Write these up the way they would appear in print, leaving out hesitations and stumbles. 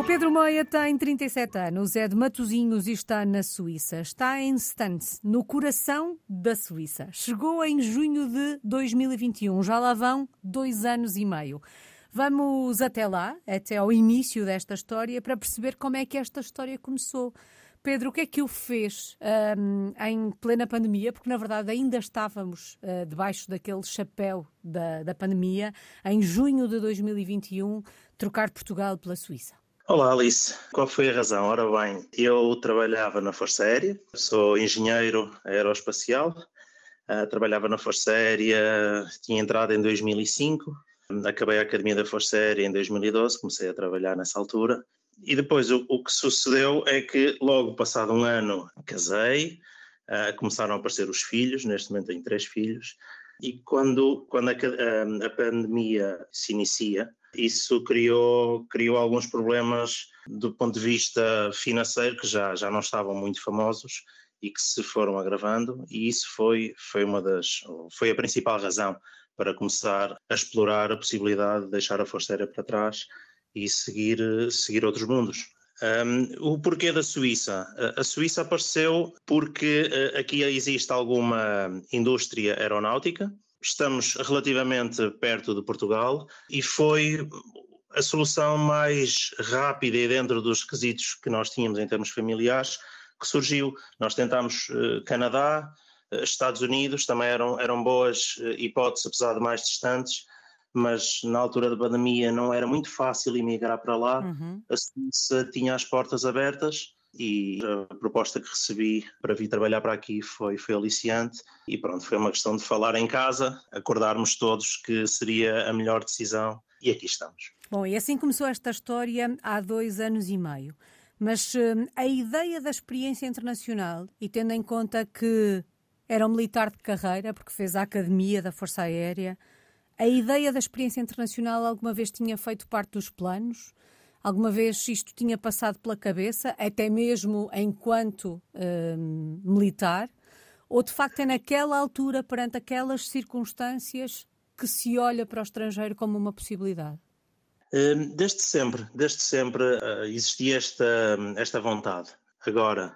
Pedro Moia tem 37 anos, é de Matosinhos e está na Suíça. Está em Stans, no coração da Suíça. Chegou em junho de 2021, já lá vão 2 anos e meio. Vamos até lá, até ao início desta história, para perceber como é que esta história começou. Pedro, o que é que o fez em plena pandemia? Porque, na verdade, ainda estávamos debaixo daquele chapéu da pandemia, em junho de 2021, trocar Portugal pela Suíça. Olá, Alice. Qual foi a razão? Ora bem, eu trabalhava na Força Aérea, sou engenheiro aeroespacial, trabalhava na Força Aérea, tinha entrado em 2005, acabei a Academia da Força Aérea em 2012, comecei a trabalhar nessa altura. E depois o que sucedeu é que logo passado um ano casei, começaram a aparecer os filhos, neste momento tenho 3 filhos, e quando a pandemia se inicia, isso criou alguns problemas do ponto de vista financeiro que já não estavam muito famosos e que se foram agravando, e isso foi a principal razão para começar a explorar a possibilidade de deixar a Força Aérea para trás e seguir outros mundos. O porquê da Suíça? A Suíça apareceu porque aqui existe alguma indústria aeronáutica, estamos relativamente perto de Portugal e foi a solução mais rápida e dentro dos quesitos que nós tínhamos em termos familiares que surgiu. Nós tentámos Canadá, Estados Unidos, também eram boas hipóteses, apesar de mais distantes, mas na altura da pandemia não era muito fácil emigrar para lá. A Suíça tinha as portas abertas e a proposta que recebi para vir trabalhar para aqui foi aliciante e pronto, foi uma questão de falar em casa, acordarmos todos que seria a melhor decisão e aqui estamos. Bom, e assim começou esta história há 2 anos e meio, mas a ideia da experiência internacional, e tendo em conta que era um militar de carreira, porque fez a Academia da Força Aérea, a ideia da experiência internacional alguma vez tinha feito parte dos planos? Alguma vez isto tinha passado pela cabeça, até mesmo enquanto militar? Ou de facto é naquela altura, perante aquelas circunstâncias, que se olha para o estrangeiro como uma possibilidade? Desde sempre existia esta vontade. Agora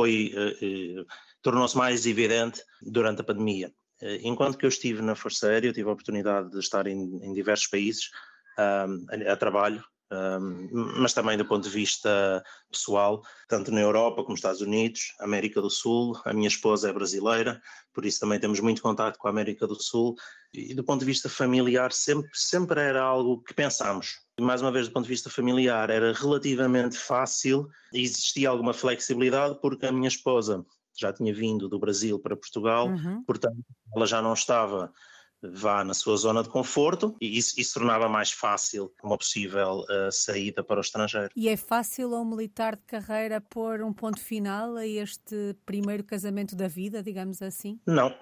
tornou-se mais evidente durante a pandemia. Enquanto que eu estive na Força Aérea, eu tive a oportunidade de estar em diversos países a trabalho, mas também do ponto de vista pessoal, tanto na Europa como nos Estados Unidos, América do Sul. A minha esposa é brasileira, por isso também temos muito contato com a América do Sul. E do ponto de vista familiar sempre era algo que pensámos. E mais uma vez, do ponto de vista familiar, era relativamente fácil e existia alguma flexibilidade porque a minha esposa já tinha vindo do Brasil para Portugal, portanto ela já não estava na sua zona de conforto e isso tornava mais fácil uma possível saída para o estrangeiro. E é fácil a um militar de carreira pôr um ponto final a este primeiro casamento da vida, digamos assim?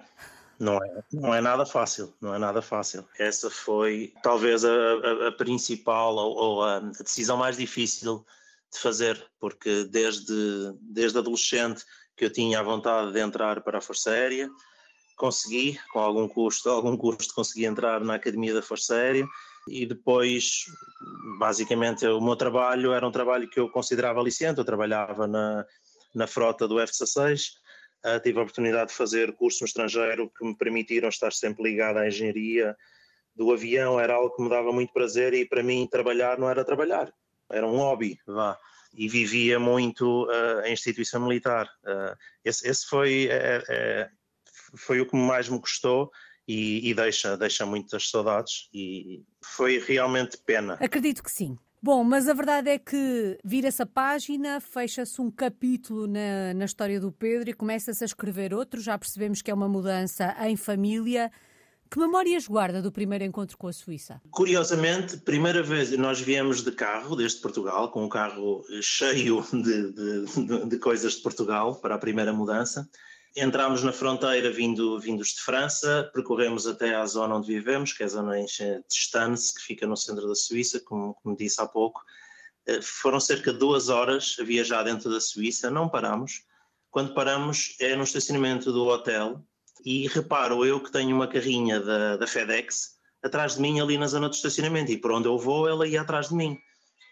Não é nada fácil, Essa foi talvez a principal ou a decisão mais difícil de fazer, porque desde adolescente que eu tinha a vontade de entrar para a Força Aérea, consegui, com algum custo consegui entrar na Academia da Força Aérea e depois, basicamente, o meu trabalho era um trabalho que eu considerava aliciante. Eu trabalhava na frota do F-16, tive a oportunidade de fazer curso no estrangeiro que me permitiram estar sempre ligado à engenharia do avião, era algo que me dava muito prazer e para mim trabalhar não era trabalhar, era um hobby, e vivia muito a instituição militar. Esse foi o que mais me custou e deixa muitas saudades e foi realmente pena. Acredito que sim. Bom, mas a verdade é que vira-se a página, fecha-se um capítulo na história do Pedro e começa-se a escrever outro. Já percebemos que é uma mudança em família. Que memórias guarda do primeiro encontro com a Suíça? Curiosamente, primeira vez nós viemos de carro desde Portugal, com um carro cheio de coisas de Portugal para a primeira mudança. Entramos na fronteira vindos de França, percorremos até à zona onde vivemos, que é a zona de Stans, que fica no centro da Suíça, como disse há pouco. Foram cerca de 2 horas a viajar dentro da Suíça, não paramos. Quando paramos é no estacionamento do hotel e reparo eu que tenho uma carrinha da FedEx atrás de mim ali na zona de estacionamento e por onde eu vou ela ia atrás de mim.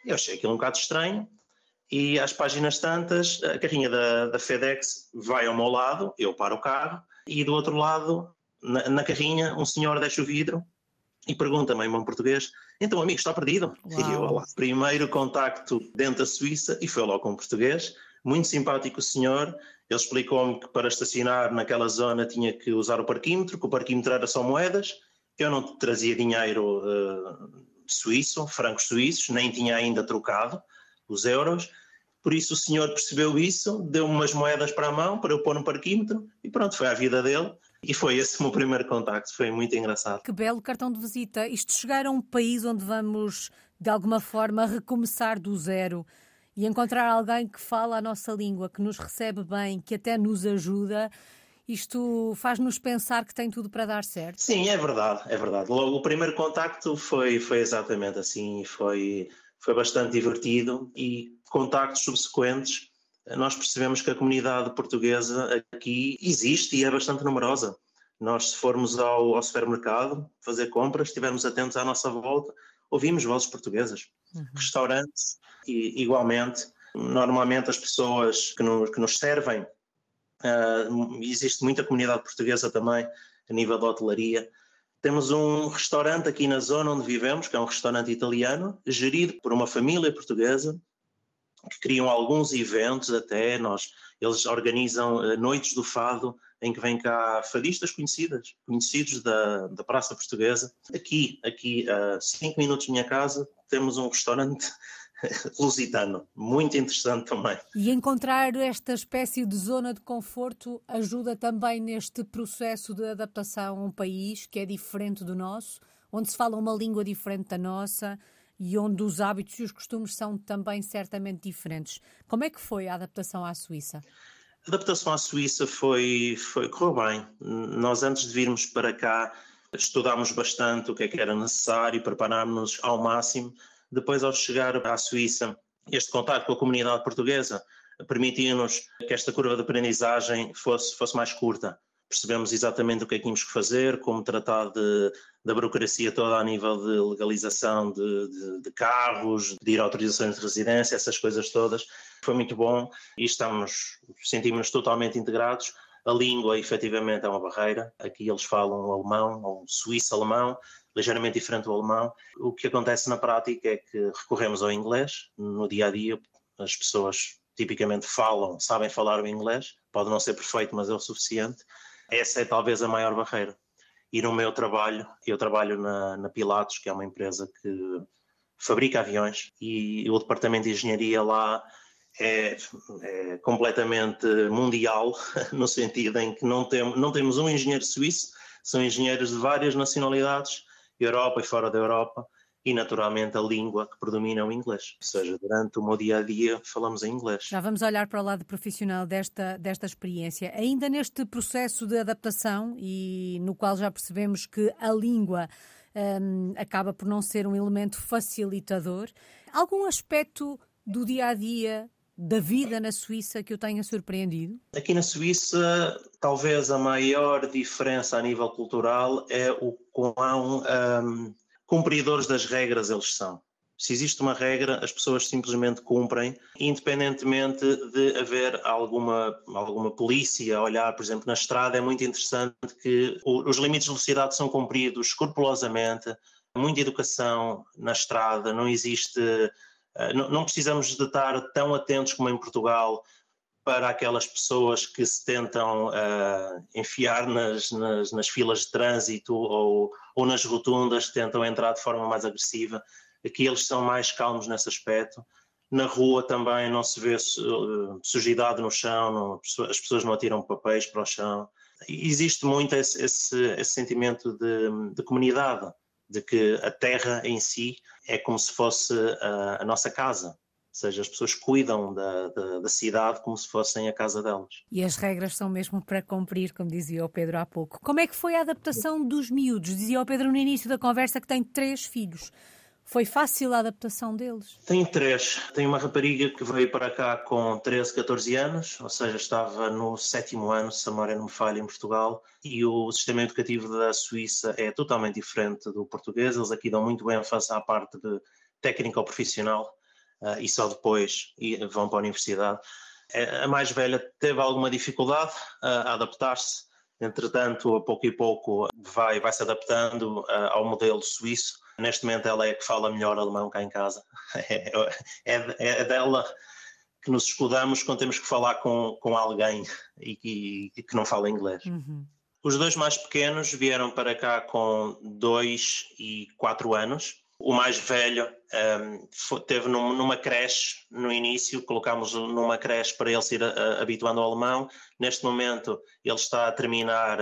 Eu achei aquilo um bocado estranho e às páginas tantas, a carrinha da FedEx vai ao meu lado, eu paro o carro e do outro lado, na carrinha, um senhor deixa o vidro e pergunta-me em bom português: então, amigo, está perdido? E eu, Uau! olá. Primeiro contacto dentro da Suíça e foi logo com um português, muito simpático o senhor. Ele explicou-me que para estacionar naquela zona tinha que usar o parquímetro, que o parquímetro era só moedas. Eu não trazia dinheiro suíço, francos suíços, nem tinha ainda trocado os euros. Por isso o senhor percebeu isso, deu-me umas moedas para a mão para eu pôr no parquímetro e pronto, foi à vida dele. E foi esse o meu primeiro contacto, foi muito engraçado. Que belo cartão de visita. Isto chegar a um país onde vamos, de alguma forma, recomeçar do zero e encontrar alguém que fala a nossa língua, que nos recebe bem, que até nos ajuda, isto faz-nos pensar que tem tudo para dar certo. Sim, é verdade, é verdade. Logo o primeiro contacto foi exatamente assim, foi bastante divertido e contactos subsequentes nós percebemos que a comunidade portuguesa aqui existe e é bastante numerosa. Nós, se formos ao supermercado fazer compras, estivermos atentos à nossa volta, ouvimos vozes portuguesas. Restaurantes, e igualmente, normalmente as pessoas que nos servem, existe muita comunidade portuguesa também, a nível da hotelaria. Temos um restaurante aqui na zona onde vivemos, que é um restaurante italiano, gerido por uma família portuguesa, que criam alguns eventos até, eles organizam noites do fado, em que vêm cá fadistas conhecidos da Praça Portuguesa. Aqui a 5 minutos da minha casa, temos um restaurante lusitano, muito interessante também. E encontrar esta espécie de zona de conforto ajuda também neste processo de adaptação a um país que é diferente do nosso, onde se fala uma língua diferente da nossa e onde os hábitos e os costumes são também certamente diferentes. Como é que foi a adaptação à Suíça? A adaptação à Suíça correu bem. Nós, antes de virmos para cá, estudámos bastante o que era necessário, preparámos-nos ao máximo. Depois, ao chegar à Suíça, este contato com a comunidade portuguesa permitiu-nos que esta curva de aprendizagem fosse mais curta. Percebemos exatamente o que tínhamos que fazer, como tratar da burocracia toda a nível de legalização de carros, de ir a autorizações de residência, essas coisas todas. Foi muito bom e sentimos-nos totalmente integrados. A língua, efetivamente, é uma barreira. Aqui eles falam alemão, ou suíço-alemão, ligeiramente diferente do alemão. O que acontece na prática é que recorremos ao inglês. No dia-a-dia, as pessoas tipicamente sabem falar o inglês. Pode não ser perfeito, mas é o suficiente. Essa é talvez a maior barreira. E no meu trabalho, eu trabalho na Pilatus, que é uma empresa que fabrica aviões, e o departamento de engenharia lá é completamente mundial, no sentido em que não temos um engenheiro suíço, são engenheiros de várias nacionalidades, Europa e fora da Europa, e naturalmente a língua que predomina é o inglês. Ou seja, durante o meu dia-a-dia falamos em inglês. Já vamos olhar para o lado profissional desta experiência. Ainda neste processo de adaptação, e no qual já percebemos que a língua acaba por não ser um elemento facilitador, algum aspecto do dia-a-dia, da vida na Suíça, que o tenha surpreendido? Aqui na Suíça, talvez a maior diferença a nível cultural é o quão cumpridores das regras eles são. Se existe uma regra, as pessoas simplesmente cumprem, independentemente de haver alguma polícia a olhar. Por exemplo, na estrada é muito interessante que os limites de velocidade são cumpridos escrupulosamente, muita educação na estrada, não existe... Não precisamos de estar tão atentos como em Portugal para aquelas pessoas que se tentam enfiar nas filas de trânsito ou nas rotundas, tentam entrar de forma mais agressiva. Aqui eles são mais calmos nesse aspecto. Na rua também não se vê sujidade no chão, as pessoas não atiram papéis para o chão. Existe muito esse sentimento de comunidade, de que a terra em si é como se fosse a nossa casa. Ou seja, as pessoas cuidam da cidade como se fossem a casa delas. E as regras são mesmo para cumprir, como dizia o Pedro há pouco. Como é que foi a adaptação dos miúdos? Dizia o Pedro no início da conversa que tem 3 filhos. Foi fácil a adaptação deles? Tenho 3. Tenho uma rapariga que veio para cá com 13, 14 anos, ou seja, estava no 7º ano, se a memória não me falha, em Portugal, e o sistema educativo da Suíça é totalmente diferente do português. Eles aqui dão muito ênfase à parte técnica ou profissional. e só depois vão para a universidade. A mais velha teve alguma dificuldade a adaptar-se, entretanto, a pouco e pouco vai se adaptando ao modelo suíço. Neste momento ela é que fala melhor alemão cá em casa. É dela que nos escudamos quando temos que falar com alguém e que não fala inglês. Uhum. Os dois mais pequenos vieram para cá com 2 e 4 anos. O mais velho teve numa creche no início, colocámos numa creche para ele se ir habituando ao alemão. Neste momento ele está a terminar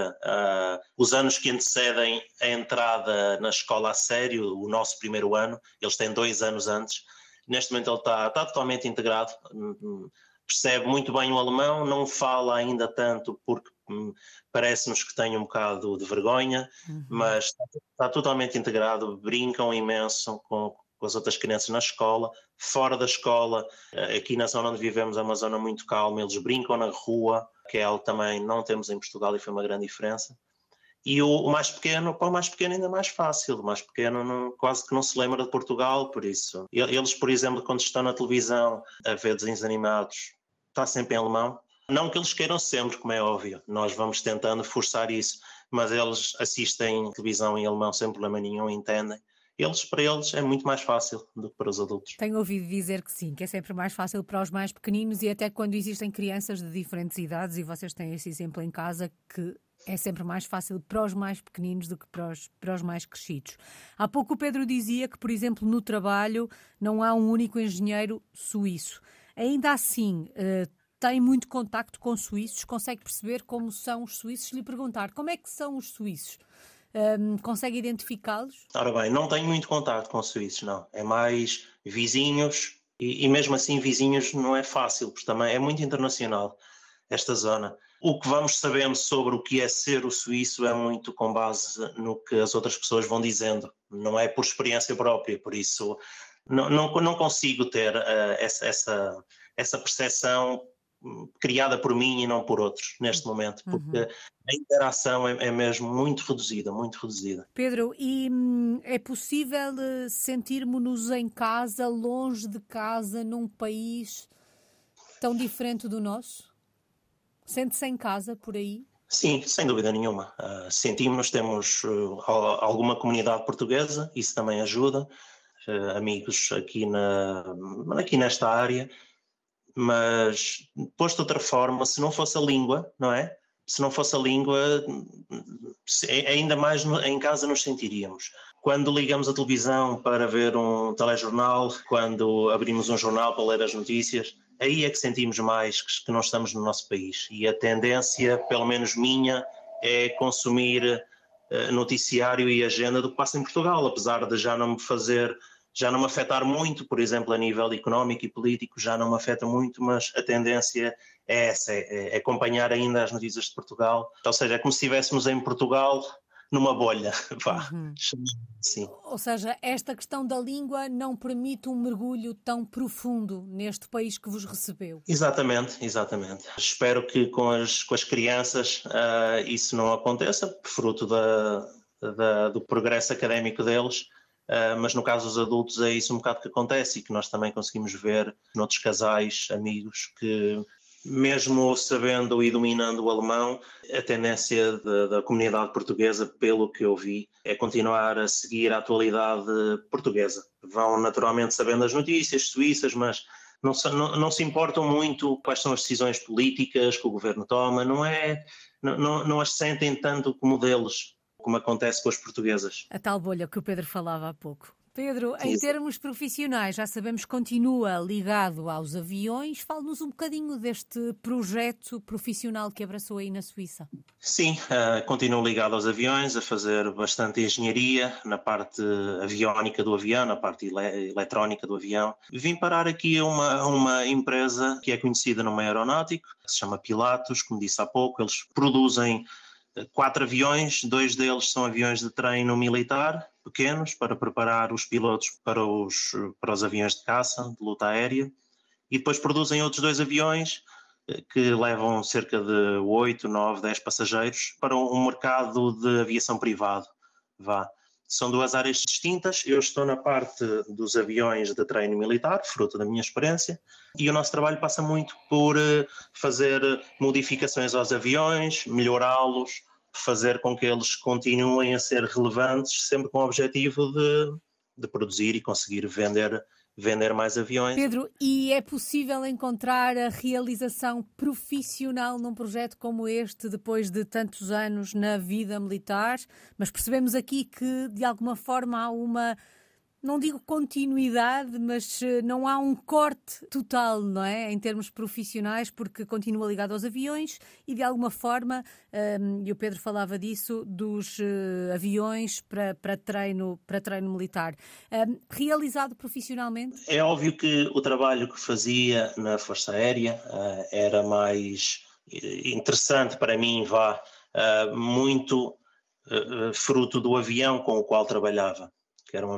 os anos que antecedem a entrada na escola a sério, o nosso primeiro ano. Eles têm 2 anos antes. Neste momento ele está totalmente integrado, percebe muito bem o alemão, não fala ainda tanto porque parece-nos que tem um bocado de vergonha, mas está totalmente integrado, brincam imenso com as outras crianças na escola, fora da escola. Aqui na zona onde vivemos é uma zona muito calma, eles brincam na rua, que é algo que também não temos em Portugal e foi uma grande diferença. E o mais pequeno, para o mais pequeno ainda é mais fácil, o mais pequeno quase que não se lembra de Portugal, por isso. Eles, por exemplo, quando estão na televisão a ver desenhos animados, está sempre em alemão. Não que eles queiram sempre, como é óbvio, nós vamos tentando forçar isso, mas eles assistem televisão em alemão sem problema nenhum, entendem. Para eles é muito mais fácil do que para os adultos. Tenho ouvido dizer que sim, que é sempre mais fácil para os mais pequeninos e até quando existem crianças de diferentes idades, e vocês têm esse exemplo em casa, que é sempre mais fácil para os mais pequeninos do que para os mais crescidos. Há pouco o Pedro dizia que, por exemplo, no trabalho não há um único engenheiro suíço. Ainda assim, tem muito contacto com suíços? Consegue perceber como são os suíços? Se lhe perguntar como é que são os suíços, consegue identificá-los? Ora bem, não tenho muito contacto com os suíços, não. É mais vizinhos e mesmo assim vizinhos não é fácil, porque também é muito internacional esta zona. O que vamos sabendo sobre o que é ser o suíço é muito com base no que as outras pessoas vão dizendo, não é por experiência própria, por isso não consigo ter essa percepção criada por mim e não por outros neste momento, porque a interação é mesmo muito reduzida, muito reduzida. Pedro, e é possível sentirmos-nos em casa, longe de casa, num país tão diferente do nosso? Sente-se em casa por aí? Sim, sem dúvida nenhuma. Sentimos-nos, temos alguma comunidade portuguesa, isso também ajuda, amigos aqui nesta área, mas posto de outra forma, se não fosse a língua, não é? Se não fosse a língua, ainda mais em casa nos sentiríamos. Quando ligamos a televisão para ver um telejornal, quando abrimos um jornal para ler as notícias, aí é que sentimos mais que não estamos no nosso país. E a tendência, pelo menos minha, é consumir noticiário e agenda do que passa em Portugal, apesar de já não me afetar muito, por exemplo, a nível económico e político, já não me afeta muito, mas a tendência é essa, é acompanhar ainda as notícias de Portugal. Ou seja, é como se estivéssemos em Portugal numa bolha, sim. Ou seja, esta questão da língua não permite um mergulho tão profundo neste país que vos recebeu. Exatamente. Espero que com as crianças isso não aconteça, fruto do progresso académico deles, mas no caso dos adultos é isso um bocado que acontece e que nós também conseguimos ver noutros casais, amigos, que mesmo sabendo e dominando o alemão, a tendência da comunidade portuguesa, pelo que eu vi, é continuar a seguir a atualidade portuguesa. Vão naturalmente sabendo as notícias suíças, mas não se importam muito quais são as decisões políticas que o governo toma, não as sentem tanto como deles, como acontece com as portuguesas. A tal bolha que o Pedro falava há pouco. Pedro, em termos profissionais, já sabemos que continua ligado aos aviões. Fale-nos um bocadinho deste projeto profissional que abraçou aí na Suíça. Sim, continuo ligado aos aviões, a fazer bastante engenharia na parte aviónica do avião, na parte eletrónica do avião. Vim parar aqui a uma empresa que é conhecida no meio aeronáutico, que se chama Pilatus, como disse há pouco. Eles produzem 4 aviões, 2 deles são aviões de treino militar, pequenos, para preparar os pilotos para os aviões de caça, de luta aérea, e depois produzem outros 2 aviões que levam cerca de 8, 9, 10 passageiros para um mercado de aviação privado. São duas áreas distintas. Eu estou na parte dos aviões de treino militar, fruto da minha experiência, e o nosso trabalho passa muito por fazer modificações aos aviões, melhorá-los, fazer com que eles continuem a ser relevantes, sempre com o objetivo de produzir e conseguir vender mais aviões. Pedro, e é possível encontrar a realização profissional num projeto como este depois de tantos anos na vida militar? Mas percebemos aqui que de alguma forma há uma, não digo continuidade, mas não há um corte total, não é? Em termos profissionais, porque continua ligado aos aviões e de alguma forma, e o Pedro falava disso, dos aviões para treino militar. Realizado profissionalmente? É óbvio que o trabalho que fazia na Força Aérea era mais interessante para mim, muito fruto do avião com o qual trabalhava, que era um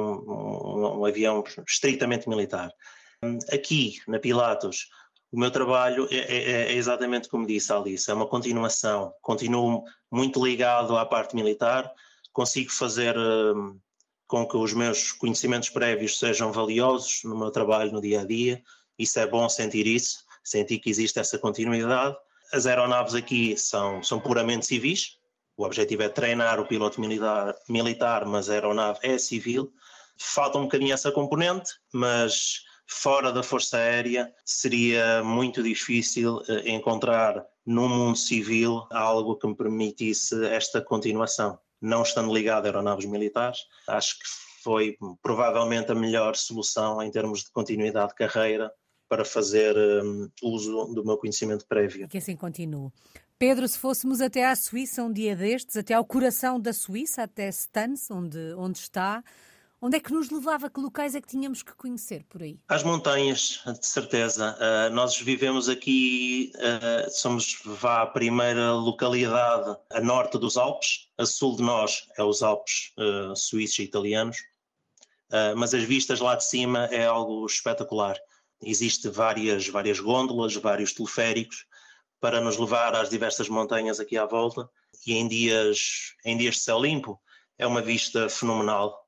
avião estritamente militar. Aqui, na Pilatus, o meu trabalho é exatamente como disse a Alice, é uma continuação. Continuo muito ligado à parte militar, consigo fazer com que os meus conhecimentos prévios sejam valiosos no meu trabalho no dia-a-dia. Isso é bom sentir que existe essa continuidade. As aeronaves aqui são puramente civis. O objetivo é treinar o piloto militar, mas a aeronave é civil. Falta um bocadinho essa componente, mas fora da Força Aérea seria muito difícil encontrar no mundo civil algo que me permitisse esta continuação. Não estando ligado a aeronaves militares, acho que foi provavelmente a melhor solução em termos de continuidade de carreira para fazer uso do meu conhecimento prévio. E que assim continue. Pedro, se fôssemos até à Suíça um dia destes, até ao coração da Suíça, até Stans, onde está, onde é que nos levava? Que locais é que tínhamos que conhecer por aí? Às montanhas, de certeza. Nós vivemos aqui, somos a primeira localidade a norte dos Alpes, a sul de nós é os Alpes suíços e italianos, mas as vistas lá de cima é algo espetacular. Existem várias gôndolas, vários teleféricos, para nos levar às diversas montanhas aqui à volta, e em dias de céu limpo é uma vista fenomenal,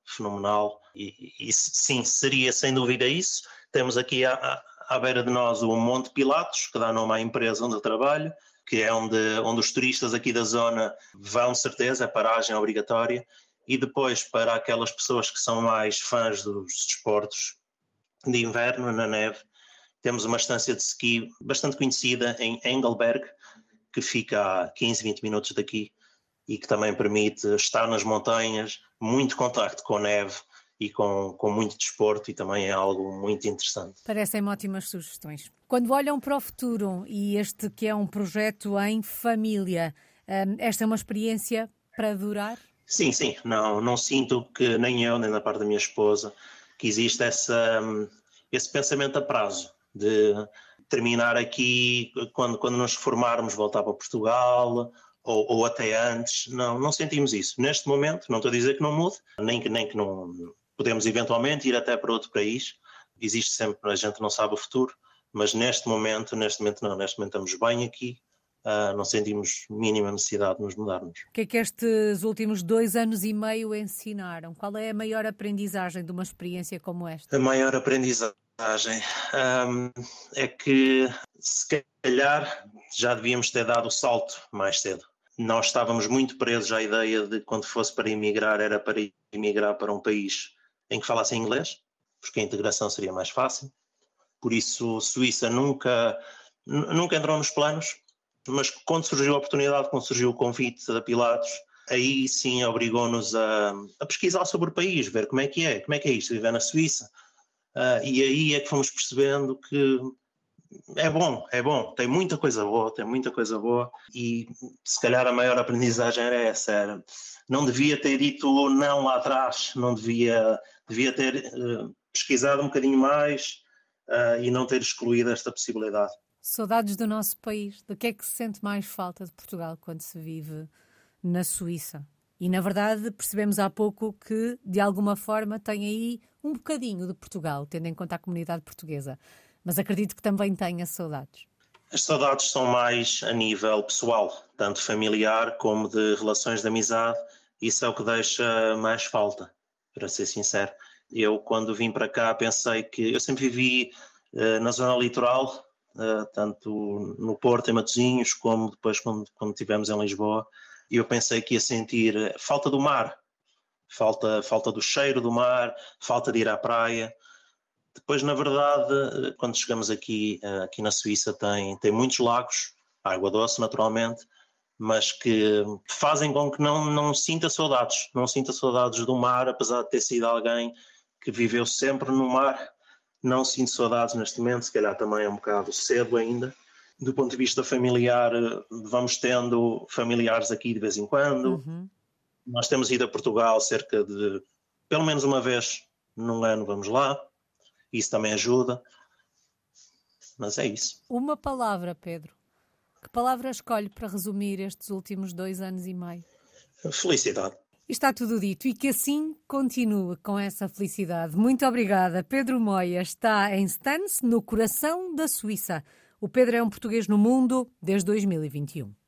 e sim, seria sem dúvida isso. Temos aqui à beira de nós o Monte Pilatus, que dá nome à empresa onde eu trabalho, que é onde os turistas aqui da zona vão, certeza, a paragem é obrigatória, e depois para aquelas pessoas que são mais fãs dos desportos de inverno, na neve, temos uma estância de ski bastante conhecida em Engelberg, que fica a 15, 20 minutos daqui e que também permite estar nas montanhas, muito contacto com neve e com muito desporto, e também é algo muito interessante. Parecem ótimas sugestões. Quando olham para o futuro, e este que é um projeto em família, esta é uma experiência para durar? Sim. Não sinto que nem eu, nem da parte da minha esposa, que existe esse pensamento a prazo, de terminar aqui, quando nos formarmos, voltar para Portugal, ou até antes. Não sentimos isso. Neste momento, não estou a dizer que não mude, nem que não podemos eventualmente ir até para outro país. Existe sempre, a gente não sabe o futuro, mas neste momento não. Neste momento estamos bem aqui, não sentimos mínima necessidade de nos mudarmos. O que é que estes últimos 2 anos e meio ensinaram? Qual é a maior aprendizagem de uma experiência como esta? A maior aprendizagem é que, se calhar, já devíamos ter dado o salto mais cedo. Nós estávamos muito presos à ideia de que, quando fosse para emigrar, era para emigrar para um país em que falasse inglês, porque a integração seria mais fácil. Por isso, Suíça nunca entrou nos planos, mas quando surgiu a oportunidade, quando surgiu o convite da Pilatus, aí sim obrigou-nos a pesquisar sobre o país, ver como é que é isto, viver na Suíça. E aí é que fomos percebendo que é bom, tem muita coisa boa, e se calhar a maior aprendizagem era essa, não devia ter dito não lá atrás, devia ter pesquisado um bocadinho mais e não ter excluído esta possibilidade. Saudades do nosso país. Do que é que se sente mais falta de Portugal quando se vive na Suíça? E, na verdade, percebemos há pouco que, de alguma forma, tem aí um bocadinho de Portugal, tendo em conta a comunidade portuguesa. Mas acredito que também tenha saudades. As saudades são mais a nível pessoal, tanto familiar como de relações de amizade, Isso é o que deixa mais falta, para ser sincero. Eu, quando vim para cá, pensei que... Eu sempre vivi na zona litoral, tanto no Porto, em Matosinhos, como depois quando estivemos em Lisboa, e eu pensei que ia sentir falta do mar, falta do cheiro do mar, falta de ir à praia. Depois, na verdade, quando chegamos aqui na Suíça, tem muitos lagos, água doce, naturalmente, mas que fazem com que não sinta saudades. Não sinta saudades do mar, apesar de ter sido alguém que viveu sempre no mar. Não sinto saudades neste momento, se calhar também é um bocado cedo ainda. Do ponto de vista familiar, vamos tendo familiares aqui de vez em quando. Uhum. Nós temos ido a Portugal cerca de, pelo menos uma vez num ano, vamos lá. Isso também ajuda. Mas é isso. Uma palavra, Pedro. Que palavra escolhe para resumir estes últimos 2 anos e meio? Felicidade. E está tudo dito e que assim continue com essa felicidade. Muito obrigada. Pedro Moia está em Stans, no coração da Suíça. O Pedro é um português no mundo desde 2021.